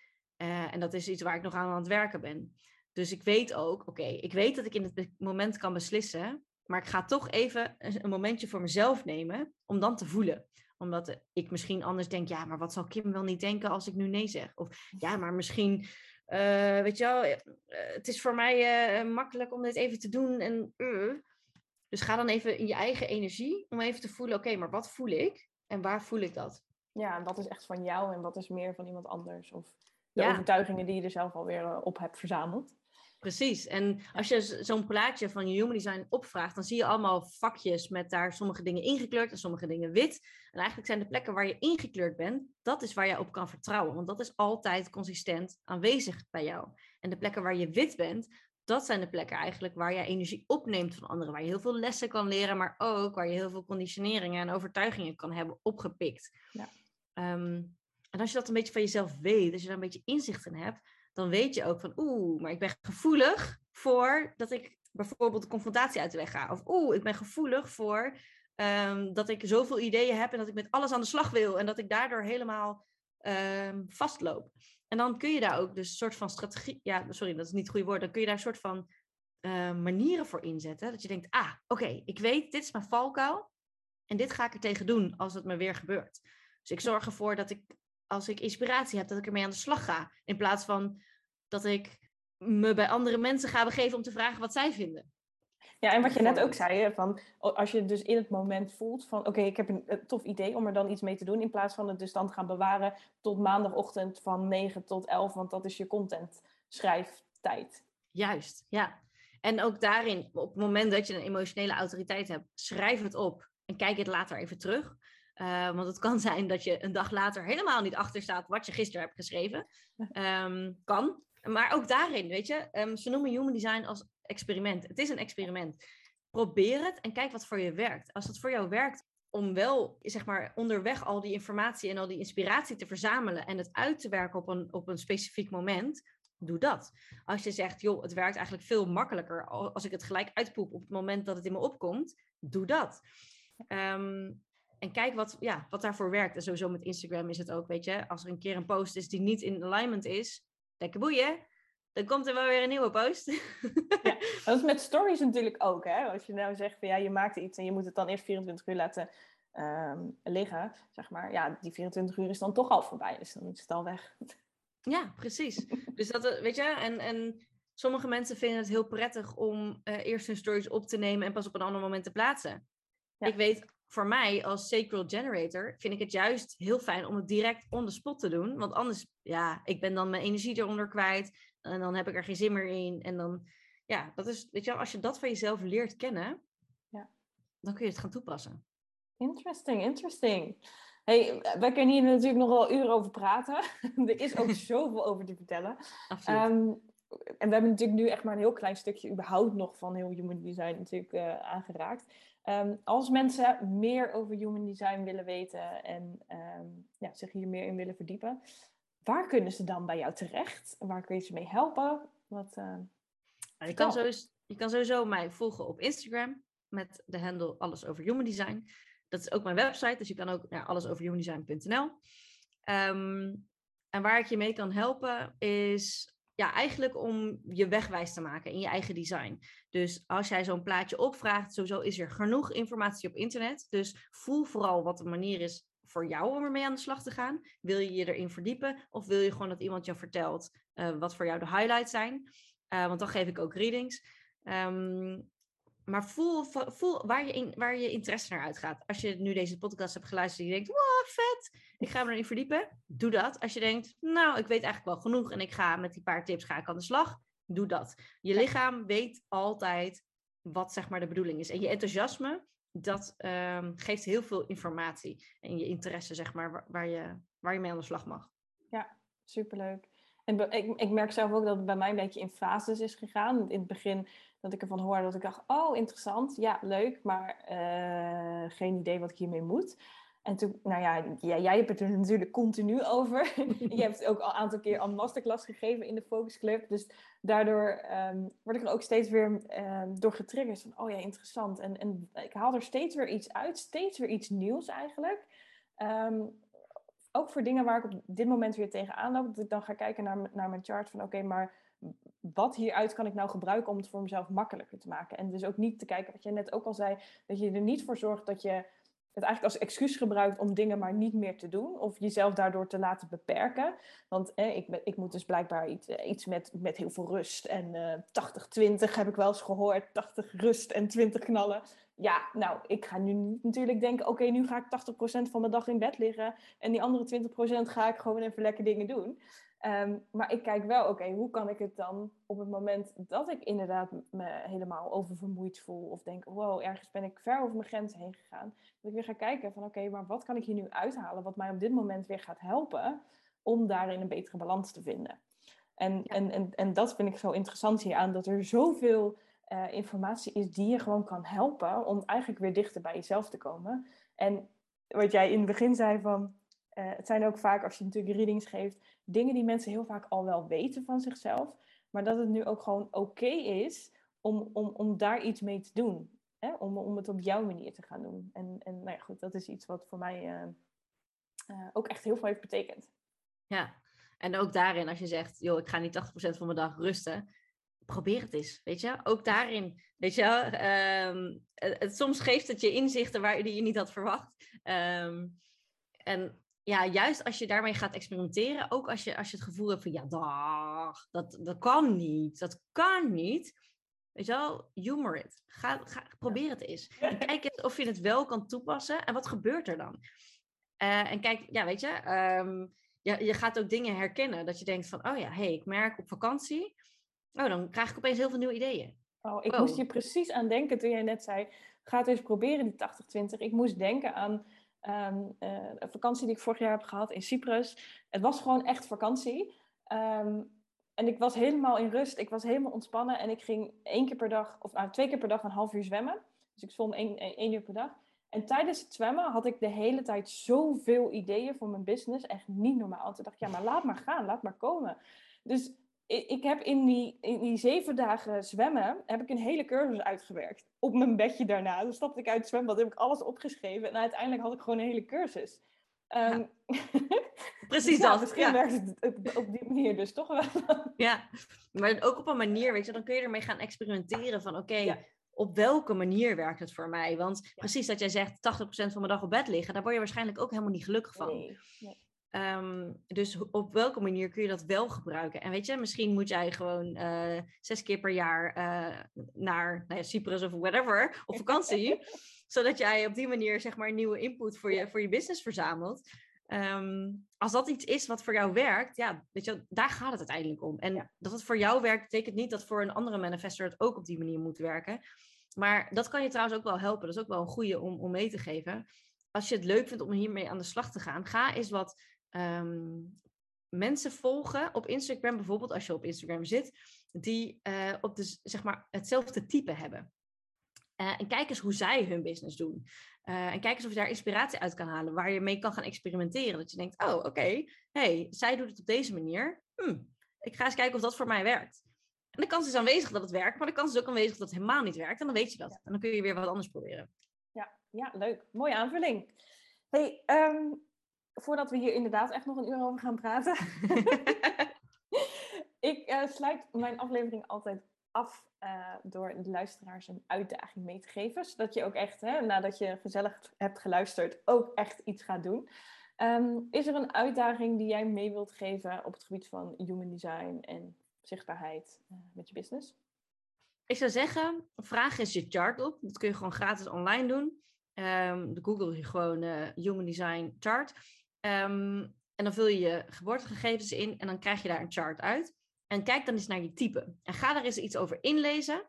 Uh, en dat is iets waar ik nog aan aan het werken ben. Dus ik weet ook, oké, okay, ik weet dat ik in het moment kan beslissen, maar ik ga toch even een momentje voor mezelf nemen om dan te voelen. Omdat ik misschien anders denk, ja, maar wat zal Kim wel niet denken als ik nu nee zeg? Of ja, maar misschien, uh, weet je wel, uh, het is voor mij uh, makkelijk om dit even te doen. En, uh. Dus ga dan even in je eigen energie om even te voelen, oké, okay, maar wat voel ik? En waar voel ik dat? Ja, en wat is echt van jou en wat is meer van iemand anders? Of de ja. overtuigingen die je er zelf alweer op hebt verzameld. Precies. En als je zo'n plaatje van je human design opvraagt, dan zie je allemaal vakjes met daar sommige dingen ingekleurd en sommige dingen wit. En eigenlijk zijn de plekken waar je ingekleurd bent, dat is waar je op kan vertrouwen. Want dat is altijd consistent aanwezig bij jou. En de plekken waar je wit bent, dat zijn de plekken eigenlijk waar je energie opneemt van anderen. Waar je heel veel lessen kan leren, maar ook waar je heel veel conditioneringen en overtuigingen kan hebben opgepikt. Ja. Um, en als je dat een beetje van jezelf weet, als je daar een beetje inzicht in hebt, dan weet je ook van, oeh, maar ik ben gevoelig voor dat ik bijvoorbeeld de confrontatie uit de weg ga. Of oeh, ik ben gevoelig voor um, dat ik zoveel ideeën heb en dat ik met alles aan de slag wil. En dat ik daardoor helemaal um, vastloop. En dan kun je daar ook dus een soort van strategie, ja, sorry, dat is niet het goede woord. Dan kun je daar een soort van uh, manieren voor inzetten. Dat je denkt, ah, oké, okay, ik weet, dit is mijn valkuil. En dit ga ik er tegen doen als het me weer gebeurt. Dus ik zorg ervoor dat ik, als ik inspiratie heb, dat ik ermee aan de slag ga. In plaats van dat ik me bij andere mensen ga begeven om te vragen wat zij vinden. Ja, en wat je net ook zei, van, als je dus in het moment voelt van, oké, okay, ik heb een, een tof idee om er dan iets mee te doen, in plaats van het dus dan te gaan bewaren tot maandagochtend van negen tot elf, want dat is je content schrijftijd. Juist, ja. En ook daarin, op het moment dat je een emotionele autoriteit hebt, schrijf het op en kijk het later even terug. Uh, want het kan zijn dat je een dag later helemaal niet achter staat wat je gisteren hebt geschreven. Um, kan. Maar ook daarin, weet je, um, ze noemen human design als experiment. Het is een experiment. Probeer het en kijk wat voor je werkt. Als het voor jou werkt om wel, zeg maar, onderweg al die informatie en al die inspiratie te verzamelen en het uit te werken op een, op een specifiek moment, doe dat. Als je zegt, joh, het werkt eigenlijk veel makkelijker als ik het gelijk uitpoep op het moment dat het in me opkomt, doe dat. Um, En kijk wat, ja, wat daarvoor werkt. En sowieso met Instagram is het ook, weet je, als er een keer een post is die niet in alignment is, lekker boeien, dan komt er wel weer een nieuwe post. Ja, dat is met stories natuurlijk ook, hè. Als je nou zegt van ja, je maakt iets en je moet het dan eerst vierentwintig uur laten um, liggen, zeg maar. Ja, die vierentwintig uur is dan toch al voorbij, dus dan is het al weg. Ja, precies. Dus dat, eh, weet je, en, en sommige mensen vinden het heel prettig om uh, eerst hun stories op te nemen en pas op een ander moment te plaatsen. Ja. Ik weet, voor mij als sacral generator vind ik het juist heel fijn om het direct on the spot te doen. Want anders, ja, ik ben dan mijn energie eronder kwijt en dan heb ik er geen zin meer in. En dan, ja, dat is, weet je wel, als je dat van jezelf leert kennen, Ja. dan kun je het gaan toepassen. Interesting, interesting. Hey, wij kunnen hier natuurlijk nog wel uren over praten. Er is ook zoveel over te vertellen. Absoluut. Um, en we hebben natuurlijk nu echt maar een heel klein stukje überhaupt nog van heel human design natuurlijk uh, aangeraakt. Um, als mensen meer over human design willen weten en um, ja, zich hier meer in willen verdiepen, waar kunnen ze dan bij jou terecht? Waar kun je ze mee helpen? Wat, uh, je, kan sowieso, je kan sowieso mij volgen op Instagram met de handle Alles Over Human Design. Dat is ook mijn website, dus je kan ook naar alles over human design punt n l. Um, en waar ik je mee kan helpen is ja, eigenlijk om je wegwijs te maken in je eigen design. Dus als jij zo'n plaatje opvraagt, sowieso is er genoeg informatie op internet. Dus voel vooral wat de manier is voor jou om ermee aan de slag te gaan. Wil je je erin verdiepen of wil je gewoon dat iemand jou vertelt uh, wat voor jou de highlights zijn? Uh, want dan geef ik ook readings. Um, Maar voel, voel waar, je in, waar je interesse naar uitgaat. Als je nu deze podcast hebt geluisterd en je denkt, wow, vet, ik ga me erin verdiepen. Doe dat. Als je denkt, nou, ik weet eigenlijk wel genoeg en ik ga met die paar tips ga ik aan de slag. Doe dat. Je ja. lichaam weet altijd wat zeg maar de bedoeling is. En je enthousiasme, dat um, geeft heel veel informatie. En je interesse, zeg maar, waar, waar, je, waar je mee aan de slag mag. Ja, superleuk. En ik, ik merk zelf ook dat het bij mij een beetje in fases is gegaan. In het begin dat ik ervan hoorde dat ik dacht, oh interessant, ja leuk, maar uh, geen idee wat ik hiermee moet. En toen, nou ja, ja jij hebt het er natuurlijk continu over. Je hebt ook al een aantal keer al masterclass gegeven in de Focus Club. Dus daardoor um, word ik er ook steeds weer um, door getriggerd. Van, oh ja, interessant. En, en ik haal er steeds weer iets uit, steeds weer iets nieuws eigenlijk. Um, Ook voor dingen waar ik op dit moment weer tegenaan loop. Dat ik dan ga kijken naar, naar mijn chart van oké, okay, maar wat hieruit kan ik nou gebruiken om het voor mezelf makkelijker te maken? En dus ook niet te kijken, wat jij net ook al zei, dat je er niet voor zorgt dat je het eigenlijk als excuus gebruikt om dingen maar niet meer te doen. Of jezelf daardoor te laten beperken. Want eh, ik, ik moet dus blijkbaar iets, iets met, met heel veel rust. En uh, tachtig twintig heb ik wel eens gehoord. tachtig rust en twintig knallen. Ja, nou, ik ga nu natuurlijk denken, oké, okay, nu ga ik tachtig procent van mijn dag in bed liggen. En die andere twintig procent ga ik gewoon even lekker dingen doen. Um, maar ik kijk wel, oké, okay, hoe kan ik het dan op het moment dat ik inderdaad me helemaal oververmoeid voel. Of denk, wow, ergens ben ik ver over mijn grens heen gegaan. Dat ik weer ga kijken van, oké, okay, maar wat kan ik hier nu uithalen? Wat mij op dit moment weer gaat helpen om daarin een betere balans te vinden. En, ja. en, en, en dat vind ik zo interessant hieraan, dat er zoveel uh, informatie is die je gewoon kan helpen om eigenlijk weer dichter bij jezelf te komen. En wat jij in het begin zei van, uh, het zijn ook vaak, als je natuurlijk readings geeft, dingen die mensen heel vaak al wel weten van zichzelf, maar dat het nu ook gewoon oké okay is om, om, om daar iets mee te doen. Hè? Om, om het op jouw manier te gaan doen. En, en nou ja, goed, dat is iets wat voor mij uh, uh, ook echt heel veel heeft betekend. Ja, en ook daarin, als je zegt, joh, ik ga niet tachtig procent van mijn dag rusten, probeer het eens, weet je. Ook daarin, weet je wel, um, het, het, soms geeft het je inzichten waar, die je niet had verwacht. Um, en ja, juist als je daarmee gaat experimenteren, ook als je, als je het gevoel hebt van, ja, dag, dat, dat kan niet, dat kan niet. Weet je wel, humor it. Ga, ga, probeer het eens. En kijk eens of je het wel kan toepassen en wat gebeurt er dan? Uh, en kijk, ja, weet je, um, je, je gaat ook dingen herkennen. Dat je denkt van, oh ja, hé, hey, ik merk op vakantie, oh, dan krijg ik opeens heel veel nieuwe ideeën. Oh, ik oh. moest hier precies aan denken toen jij net zei, ga het eens proberen die tachtig twintig. Ik moest denken aan um, uh, een vakantie die ik vorig jaar heb gehad in Cyprus. Het was gewoon echt vakantie. Um, en ik was helemaal in rust, ik was helemaal ontspannen en ik ging één keer per dag, of nou, twee keer per dag een half uur zwemmen. Dus ik zwom één, één uur per dag. En tijdens het zwemmen had ik de hele tijd zoveel ideeën voor mijn business. Echt niet normaal. Toen dacht ik, ja, maar laat maar gaan, laat maar komen. Dus ik heb in die, in die zeven dagen zwemmen, heb ik een hele cursus uitgewerkt. Op mijn bedje daarna. Dan stapte ik uit het zwembad, heb ik alles opgeschreven. En uiteindelijk had ik gewoon een hele cursus. Um, ja. Precies dus ja, dat. Misschien ja. werkt het op die manier dus toch wel. Ja, maar ook op een manier, weet je, dan kun je ermee gaan experimenteren van oké, okay, ja. op welke manier werkt het voor mij? Want ja. precies dat jij zegt tachtig procent van mijn dag op bed liggen, daar word je waarschijnlijk ook helemaal niet gelukkig van. Nee, nee. Um, dus op welke manier kun je dat wel gebruiken? En weet je, misschien moet jij gewoon uh, zes keer per jaar uh, naar nou ja, Cyprus of whatever, op vakantie. Zodat jij op die manier zeg maar nieuwe input voor je, voor je business verzamelt. Um, als dat iets is wat voor jou werkt, ja, weet je, daar gaat het uiteindelijk om. En ja. dat het voor jou werkt, betekent niet dat voor een andere manifester het ook op die manier moet werken. Maar dat kan je trouwens ook wel helpen. Dat is ook wel een goede om, om mee te geven. Als je het leuk vindt om hiermee aan de slag te gaan, ga eens wat um, mensen volgen op Instagram, bijvoorbeeld als je op Instagram zit, die uh, op de, zeg maar, hetzelfde type hebben. Uh, en kijk eens hoe zij hun business doen. Uh, en kijk eens of je daar inspiratie uit kan halen, waar je mee kan gaan experimenteren. Dat je denkt, oh oké, okay, hey, zij doet het op deze manier. Hm, ik ga eens kijken of dat voor mij werkt. En de kans is aanwezig dat het werkt, maar de kans is ook aanwezig dat het helemaal niet werkt. En dan weet je dat. En dan kun je weer wat anders proberen. Ja, ja, leuk. Mooie aanvulling. Hey, um, voordat we hier inderdaad echt nog een uur over gaan praten. ik uh, sluit mijn aflevering altijd af uh, door de luisteraars een uitdaging mee te geven. Zodat je ook echt, hè, nadat je gezellig hebt geluisterd, ook echt iets gaat doen. Um, is er een uitdaging die jij mee wilt geven op het gebied van human design en zichtbaarheid uh, met je business? Ik zou zeggen, vraag eens je chart op. Dat kun je gewoon gratis online doen. Um, de Google je gewoon uh, Human Design Chart. Um, en dan vul je je geboortegegevens in en dan krijg je daar een chart uit. En kijk dan eens naar je type. En ga daar eens iets over inlezen.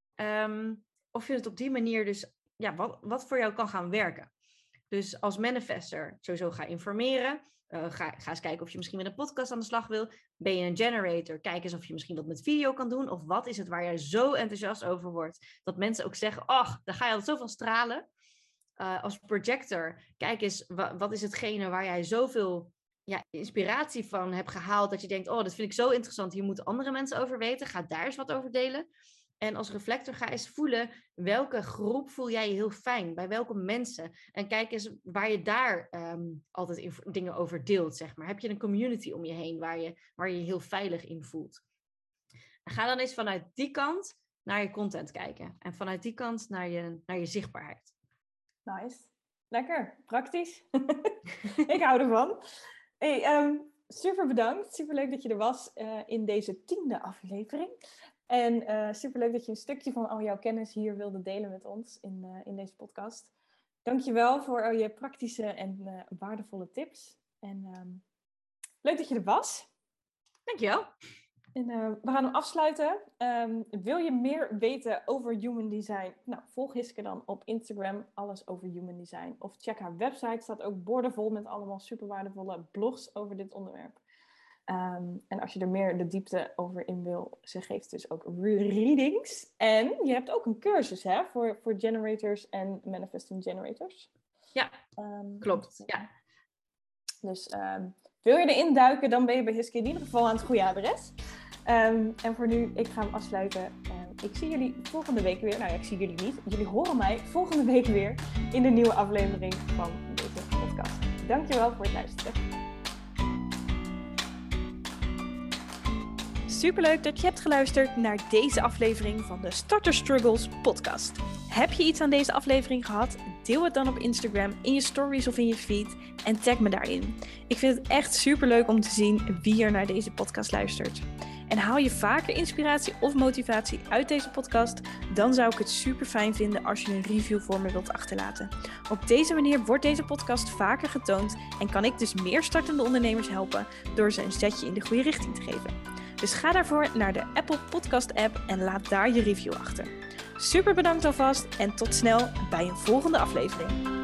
Um, of je het op die manier dus, ja, wat, wat voor jou kan gaan werken. Dus als manifester sowieso ga informeren. Uh, ga, ga eens kijken of je misschien met een podcast aan de slag wil. Ben je een generator? Kijk eens of je misschien wat met video kan doen. Of wat is het waar jij zo enthousiast over wordt. Dat mensen ook zeggen, ach, daar ga je altijd zo van stralen. Uh, als projector, kijk eens, wa- wat is hetgene waar jij zoveel ja, inspiratie van hebt gehaald. Dat je denkt, oh, dat vind ik zo interessant. Hier moeten andere mensen over weten. Ga daar eens wat over delen. En als reflector ga eens voelen, welke groep voel jij je heel fijn? Bij welke mensen? En kijk eens waar je daar um, altijd inf- dingen over deelt, zeg maar. Heb je een community om je heen waar je waar je, je heel veilig in voelt? En ga dan eens vanuit die kant naar je content kijken. En vanuit die kant naar je, naar je zichtbaarheid. Nice. Lekker. Praktisch. Ik hou ervan. Hey, um, super bedankt. Super leuk dat je er was uh, in deze tiende aflevering. En uh, superleuk dat je een stukje van al jouw kennis hier wilde delen met ons in, uh, in deze podcast. Dankjewel voor al je praktische en uh, waardevolle tips. En um, leuk dat je er was. Dankjewel. En, uh, we gaan hem afsluiten. Um, wil je meer weten over Human Design? Nou, volg Hiske dan op Instagram. Alles over Human Design. Of check haar website. Staat ook boordevol met allemaal super waardevolle blogs over dit onderwerp. Um, en als je er meer de diepte over in wil, ze geeft dus ook readings. En je hebt ook een cursus hè, voor, voor generators en manifesting generators. Ja, um, klopt. Ja. Dus um, wil je erin duiken, dan ben je bij Hiske in ieder geval aan het goede adres. Um, en voor nu, ik ga hem afsluiten. Um, ik zie jullie volgende week weer. Nou ja, ik zie jullie niet. Jullie horen mij volgende week weer in de nieuwe aflevering van deze podcast. Dankjewel voor het luisteren. Superleuk dat je hebt geluisterd naar deze aflevering van de Starter Struggles podcast. Heb je iets aan deze aflevering gehad? Deel het dan op Instagram, in je stories of in je feed en tag me daarin. Ik vind het echt superleuk om te zien wie er naar deze podcast luistert. En haal je vaker inspiratie of motivatie uit deze podcast, dan zou ik het super fijn vinden als je een review voor me wilt achterlaten. Op deze manier wordt deze podcast vaker getoond en kan ik dus meer startende ondernemers helpen door ze een zetje in de goede richting te geven. Dus ga daarvoor naar de Apple Podcast app en laat daar je review achter. Super bedankt alvast en tot snel bij een volgende aflevering.